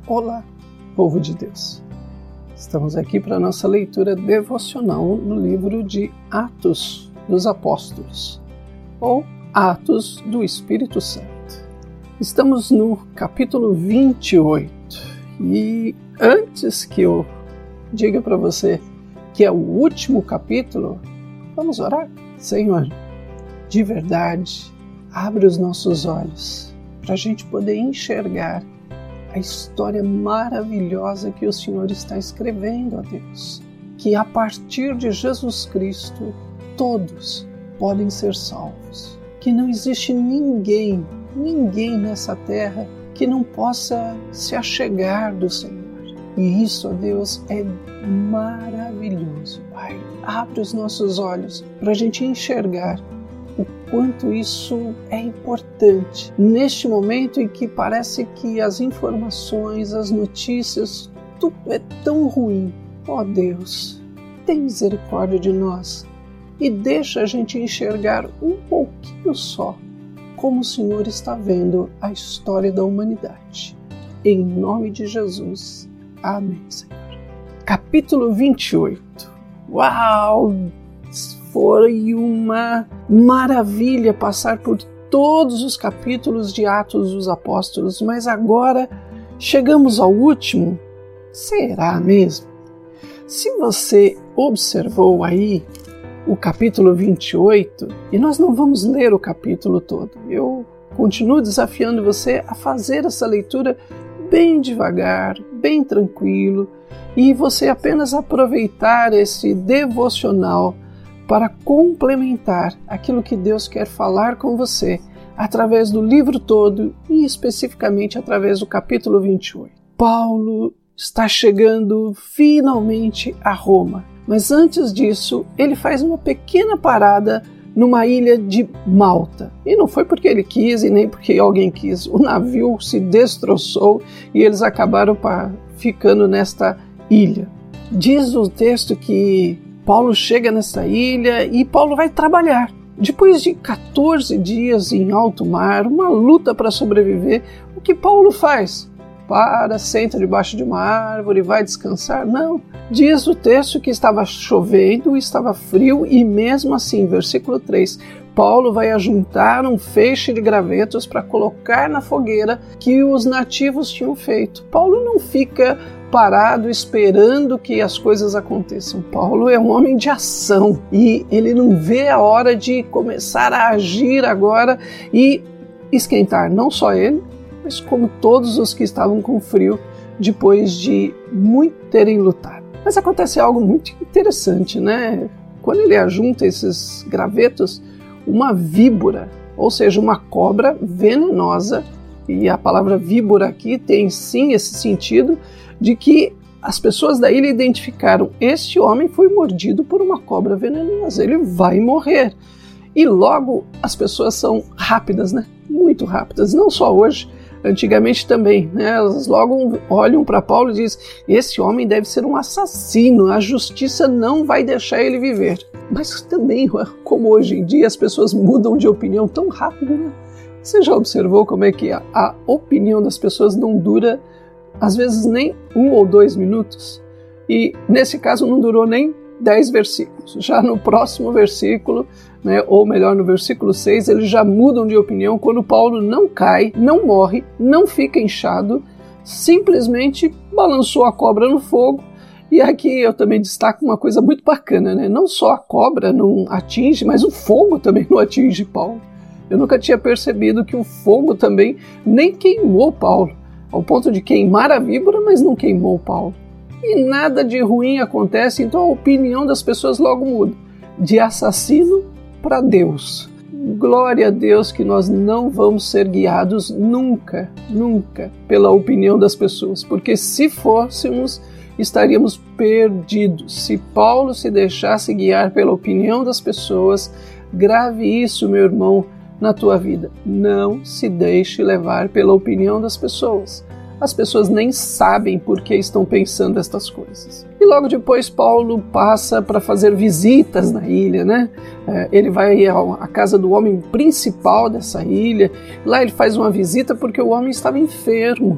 Olá, povo de Deus! Estamos aqui para a nossa leitura devocional no livro de Atos dos Apóstolos, ou Atos do Espírito Santo. Estamos no capítulo 28 e antes que eu diga para você que é o último capítulo, vamos orar? Senhor, de verdade, abre os nossos olhos para a gente poder enxergar a história maravilhosa que o Senhor está escrevendo, ó Deus. Que a partir de Jesus Cristo, todos podem ser salvos. Que não existe ninguém nessa terra que não possa se achegar do Senhor. E isso, ó Deus, é maravilhoso, Pai. Abre os nossos olhos para a gente enxergar o quanto isso é importante neste momento em que parece que as informações, as notícias, tudo é tão ruim. Ó Deus, tem misericórdia de nós e deixa a gente enxergar um pouquinho só como o Senhor está vendo a história da humanidade. Em nome de Jesus. Amém, Senhor. Capítulo 28. Uau! Foi uma maravilha passar por todos os capítulos de Atos dos Apóstolos, mas agora chegamos ao último. Será mesmo? Se você observou aí o capítulo 28, e nós não vamos ler o capítulo todo, eu continuo desafiando você a fazer essa leitura bem devagar, bem tranquilo, e você apenas aproveitar esse devocional para complementar aquilo que Deus quer falar com você através do livro todo e especificamente através do capítulo 28. Paulo está chegando finalmente a Roma, mas antes disso ele faz uma pequena parada numa ilha de Malta. E não foi porque ele quis e nem porque alguém quis. O navio se destroçou e eles acabaram ficando nesta ilha. Diz o texto que Paulo chega nessa ilha e Paulo vai trabalhar. Depois de 14 dias em alto mar, uma luta para sobreviver, o que Paulo faz? Senta debaixo de uma árvore, vai descansar? Não. Diz o texto que estava chovendo, estava frio e mesmo assim, versículo 3, Paulo vai ajuntar um feixe de gravetos para colocar na fogueira que os nativos tinham feito. Paulo não fica parado esperando que as coisas aconteçam. Paulo é um homem de ação e ele não vê a hora de começar a agir agora e esquentar não só ele, mas como todos os que estavam com frio depois de muito terem lutado. Mas acontece algo muito interessante, né? Quando ele ajunta esses gravetos, uma víbora, ou seja, uma cobra venenosa, e a palavra víbora aqui tem sim esse sentido de que as pessoas da ilha identificaram: este homem foi mordido por uma cobra venenosa, ele vai morrer. E logo as pessoas são rápidas, né? Muito rápidas, não só hoje, antigamente também, né? Elas logo olham para Paulo e dizem: esse homem deve ser um assassino, a justiça não vai deixar ele viver. Mas também, como hoje em dia, as pessoas mudam de opinião tão rápido, né? Você já observou como é que a opinião das pessoas não dura, às vezes, nem 1 ou 2 minutos? E nesse caso não durou nem 10 versículos. Já no próximo versículo, né, ou melhor, no versículo 6, eles já mudam de opinião quando Paulo não cai, não morre, não fica inchado, simplesmente balançou a cobra no fogo. E aqui eu também destaco uma coisa muito bacana, né? Não só a cobra não atinge, mas o fogo também não atinge Paulo. Eu nunca tinha percebido que o fogo também nem queimou Paulo, ao ponto de queimar a víbora, mas não queimou Paulo. E nada de ruim acontece, então a opinião das pessoas logo muda. De assassino para Deus. Glória a Deus que nós não vamos ser guiados nunca pela opinião das pessoas, porque se fôssemos, estaríamos perdidos. Se Paulo se deixasse guiar pela opinião das pessoas, grave isso, meu irmão, na tua vida. Não se deixe levar pela opinião das pessoas. As pessoas nem sabem por que estão pensando estas coisas. E logo depois Paulo passa para fazer visitas na ilha, né? Ele vai à casa do homem principal dessa ilha. Lá ele faz uma visita porque o homem estava enfermo.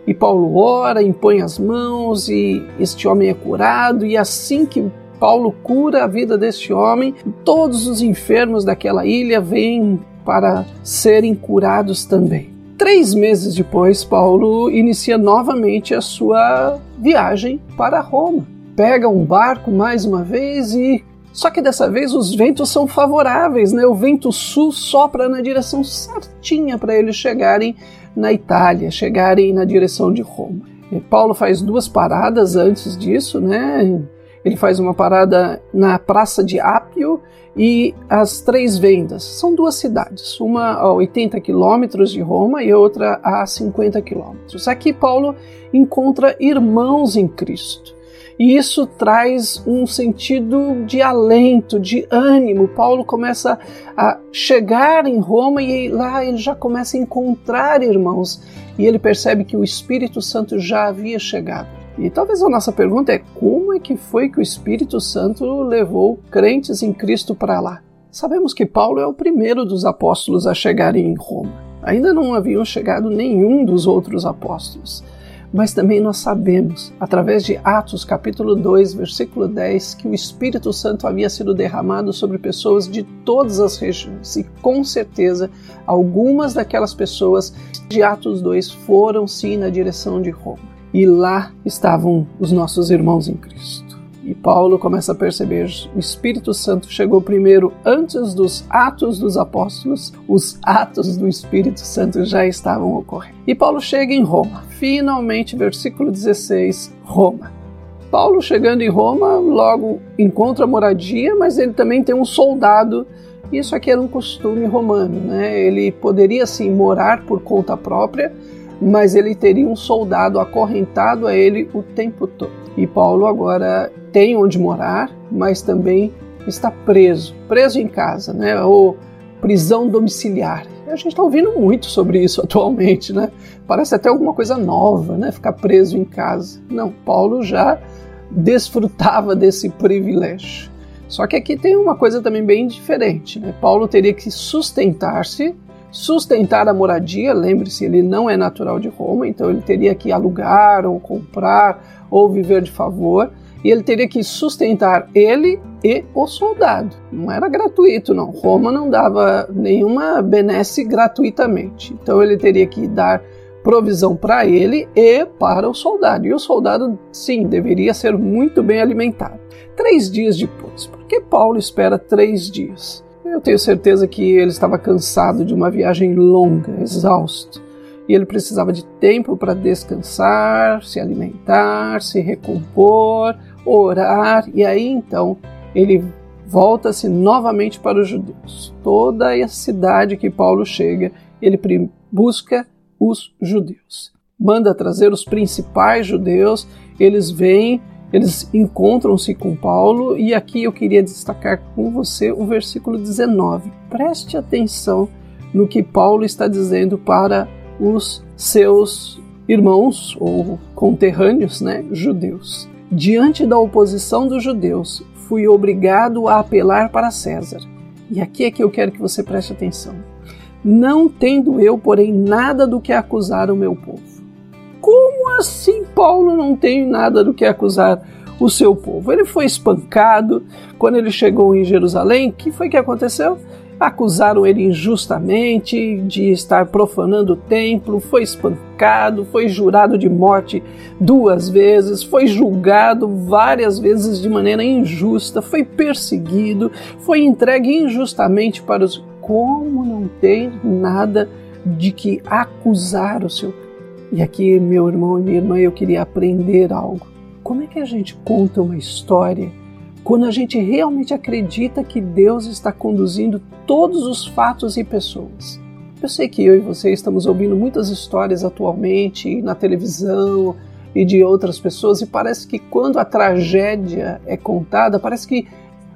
E Paulo ora, impõe as mãos e este homem é curado, e assim que Paulo cura a vida deste homem, todos os enfermos daquela ilha vêm para serem curados também. 3 meses depois, Paulo inicia novamente a sua viagem para Roma. Pega um barco mais uma vez só que dessa vez os ventos são favoráveis, né? O vento sul sopra na direção certinha para eles chegarem na Itália, chegarem na direção de Roma. E Paulo faz 2 paradas antes disso, né? Ele faz uma parada na Praça de Ápio e as 3 Vendas. São 2 cidades, uma a 80 quilômetros de Roma e outra a 50 quilômetros. Aqui Paulo encontra irmãos em Cristo. E isso traz um sentido de alento, de ânimo. Paulo começa a chegar em Roma e lá ele já começa a encontrar irmãos. E ele percebe que o Espírito Santo já havia chegado. E talvez a nossa pergunta é: como é que foi que o Espírito Santo levou crentes em Cristo para lá? Sabemos que Paulo é o primeiro dos apóstolos a chegarem em Roma. Ainda não haviam chegado nenhum dos outros apóstolos. Mas também nós sabemos, através de Atos capítulo 2, versículo 10, que o Espírito Santo havia sido derramado sobre pessoas de todas as regiões. E com certeza, algumas daquelas pessoas de Atos 2 foram sim na direção de Roma. E lá estavam os nossos irmãos em Cristo. E Paulo começa a perceber, o Espírito Santo chegou primeiro antes dos Atos dos Apóstolos, os Atos do Espírito Santo já estavam ocorrendo. E Paulo chega em Roma, finalmente, versículo 16, Roma. Paulo chegando em Roma, logo encontra moradia, mas ele também tem um soldado. Isso aqui era um costume romano, né? Ele poderia sim morar por conta própria, mas ele teria um soldado acorrentado a ele o tempo todo. E Paulo agora tem onde morar, mas também está preso em casa, né? Ou prisão domiciliar. A gente está ouvindo muito sobre isso atualmente, né? Parece até alguma coisa nova, né? Ficar preso em casa. Não, Paulo já desfrutava desse privilégio. Só que aqui tem uma coisa também bem diferente, né? Paulo teria que sustentar a moradia. Lembre-se, ele não é natural de Roma, então ele teria que alugar ou comprar ou viver de favor, e ele teria que sustentar ele e o soldado. Não era gratuito, não. Roma não dava nenhuma benesse gratuitamente. Então ele teria que dar provisão para ele e para o soldado. E o soldado, sim, deveria ser muito bem alimentado. 3 dias depois. Por que Paulo espera 3 dias? Eu tenho certeza que ele estava cansado de uma viagem longa, exausto. E ele precisava de tempo para descansar, se alimentar, se recompor, orar. E aí então ele volta-se novamente para os judeus. Toda a cidade que Paulo chega, ele busca os judeus. Manda trazer os principais judeus, eles vêm, eles encontram-se com Paulo, e aqui eu queria destacar com você o versículo 19. Preste atenção no que Paulo está dizendo para os seus irmãos ou conterrâneos, né, judeus. Diante da oposição dos judeus, fui obrigado a apelar para César. E aqui é que eu quero que você preste atenção. Não tendo eu, porém, nada do que acusar o meu povo. Como assim Paulo não tem nada do que acusar o seu povo? Ele foi espancado quando ele chegou em Jerusalém. O que foi que aconteceu? Acusaram ele injustamente de estar profanando o templo, foi espancado, foi jurado de morte 2 vezes, foi julgado várias vezes de maneira injusta, foi perseguido, foi entregue injustamente para os... Como não tem nada de que acusar o seu povo? E aqui, meu irmão e minha irmã, eu queria aprender algo. Como é que a gente conta uma história quando a gente realmente acredita que Deus está conduzindo todos os fatos e pessoas? Eu sei que eu e você estamos ouvindo muitas histórias atualmente na televisão e de outras pessoas, e parece que quando a tragédia é contada, parece que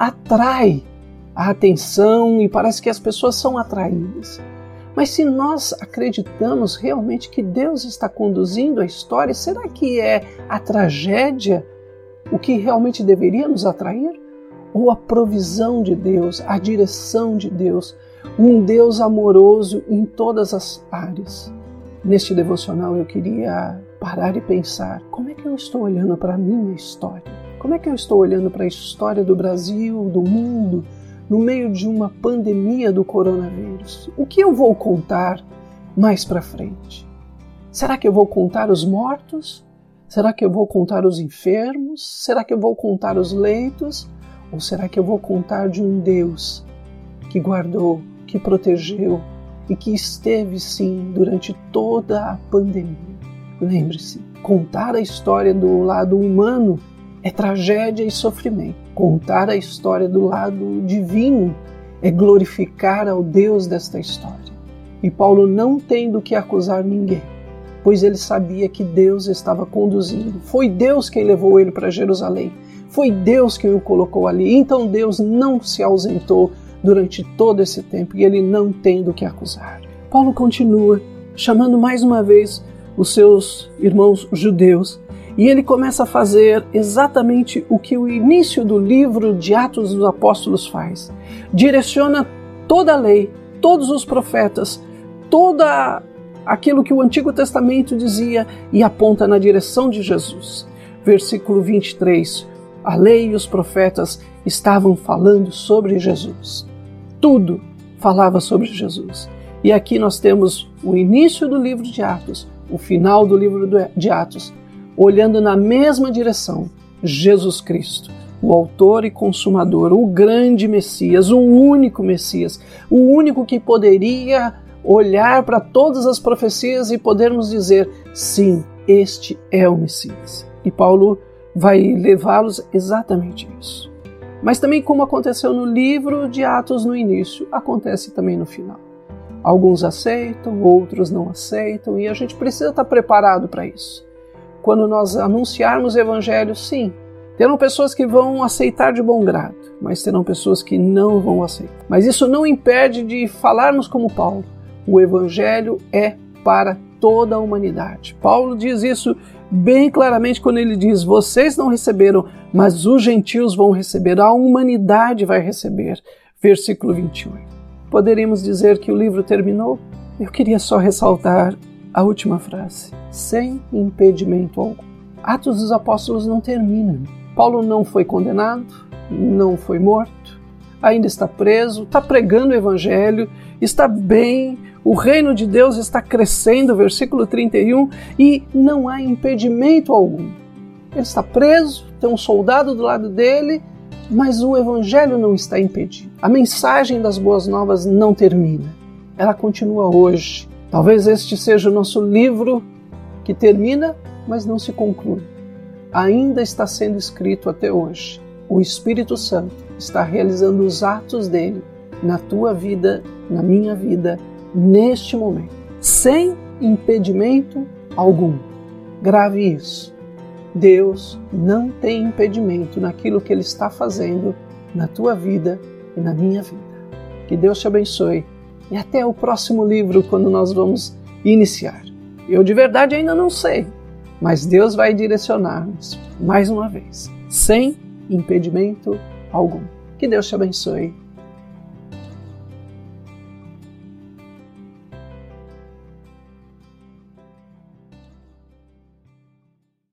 atrai a atenção e parece que as pessoas são atraídas. Mas se nós acreditamos realmente que Deus está conduzindo a história, será que é a tragédia o que realmente deveria nos atrair? Ou a provisão de Deus, a direção de Deus, um Deus amoroso em todas as áreas? Neste devocional eu queria parar e pensar, como é que eu estou olhando para a minha história? Como é que eu estou olhando para a história do Brasil, do mundo, no meio de uma pandemia do coronavírus? O que eu vou contar mais para frente? Será que eu vou contar os mortos? Será que eu vou contar os enfermos? Será que eu vou contar os leitos? Ou será que eu vou contar de um Deus que guardou, que protegeu e que esteve sim durante toda a pandemia? Lembre-se, contar a história do lado humano é tragédia e sofrimento. Contar a história do lado divino é glorificar ao Deus desta história. E Paulo não tem do que acusar ninguém, pois ele sabia que Deus estava conduzindo. Foi Deus quem levou ele para Jerusalém. Foi Deus quem o colocou ali. Então Deus não se ausentou durante todo esse tempo e ele não tem do que acusar. Paulo continua chamando mais uma vez os seus irmãos judeus e ele começa a fazer exatamente o que o início do livro de Atos dos Apóstolos faz. Direciona toda a lei, todos os profetas, toda aquilo que o Antigo Testamento dizia e aponta na direção de Jesus. Versículo 23, a lei e os profetas estavam falando sobre Jesus. Tudo falava sobre Jesus. E aqui nós temos o início do livro de Atos, o final do livro de Atos, olhando na mesma direção, Jesus Cristo, o autor e consumador, o grande Messias, o único Messias, o único que poderia olhar para todas as profecias e podermos dizer, sim, este é o Messias. E Paulo vai levá-los exatamente a isso. Mas também como aconteceu no livro de Atos no início, acontece também no final. Alguns aceitam, outros não aceitam, e a gente precisa estar preparado para isso. Quando nós anunciarmos o Evangelho, sim, terão pessoas que vão aceitar de bom grado, mas terão pessoas que não vão aceitar. Mas isso não impede de falarmos como Paulo. O Evangelho é para toda a humanidade. Paulo diz isso bem claramente quando ele diz, vocês não receberam, mas os gentios vão receber, a humanidade vai receber. Versículo 28. Poderíamos dizer que o livro terminou? Eu queria só ressaltar a última frase, sem impedimento algum. Atos dos Apóstolos não termina. Paulo não foi condenado, não foi morto, ainda está preso, está pregando o Evangelho, está bem, o reino de Deus está crescendo, versículo 31, e não há impedimento algum. Ele está preso, tem um soldado do lado dele, mas o Evangelho não está impedido. A mensagem das boas novas não termina, ela continua hoje. Talvez este seja o nosso livro que termina, mas não se conclui. Ainda está sendo escrito até hoje. O Espírito Santo está realizando os atos dele na tua vida, na minha vida, neste momento, sem impedimento algum. Grave isso. Deus não tem impedimento naquilo que Ele está fazendo na tua vida e na minha vida. Que Deus te abençoe e até o próximo livro, quando nós vamos iniciar. Eu de verdade ainda não sei, mas Deus vai direcionar-nos mais uma vez, sem impedimento algum. Que Deus te abençoe.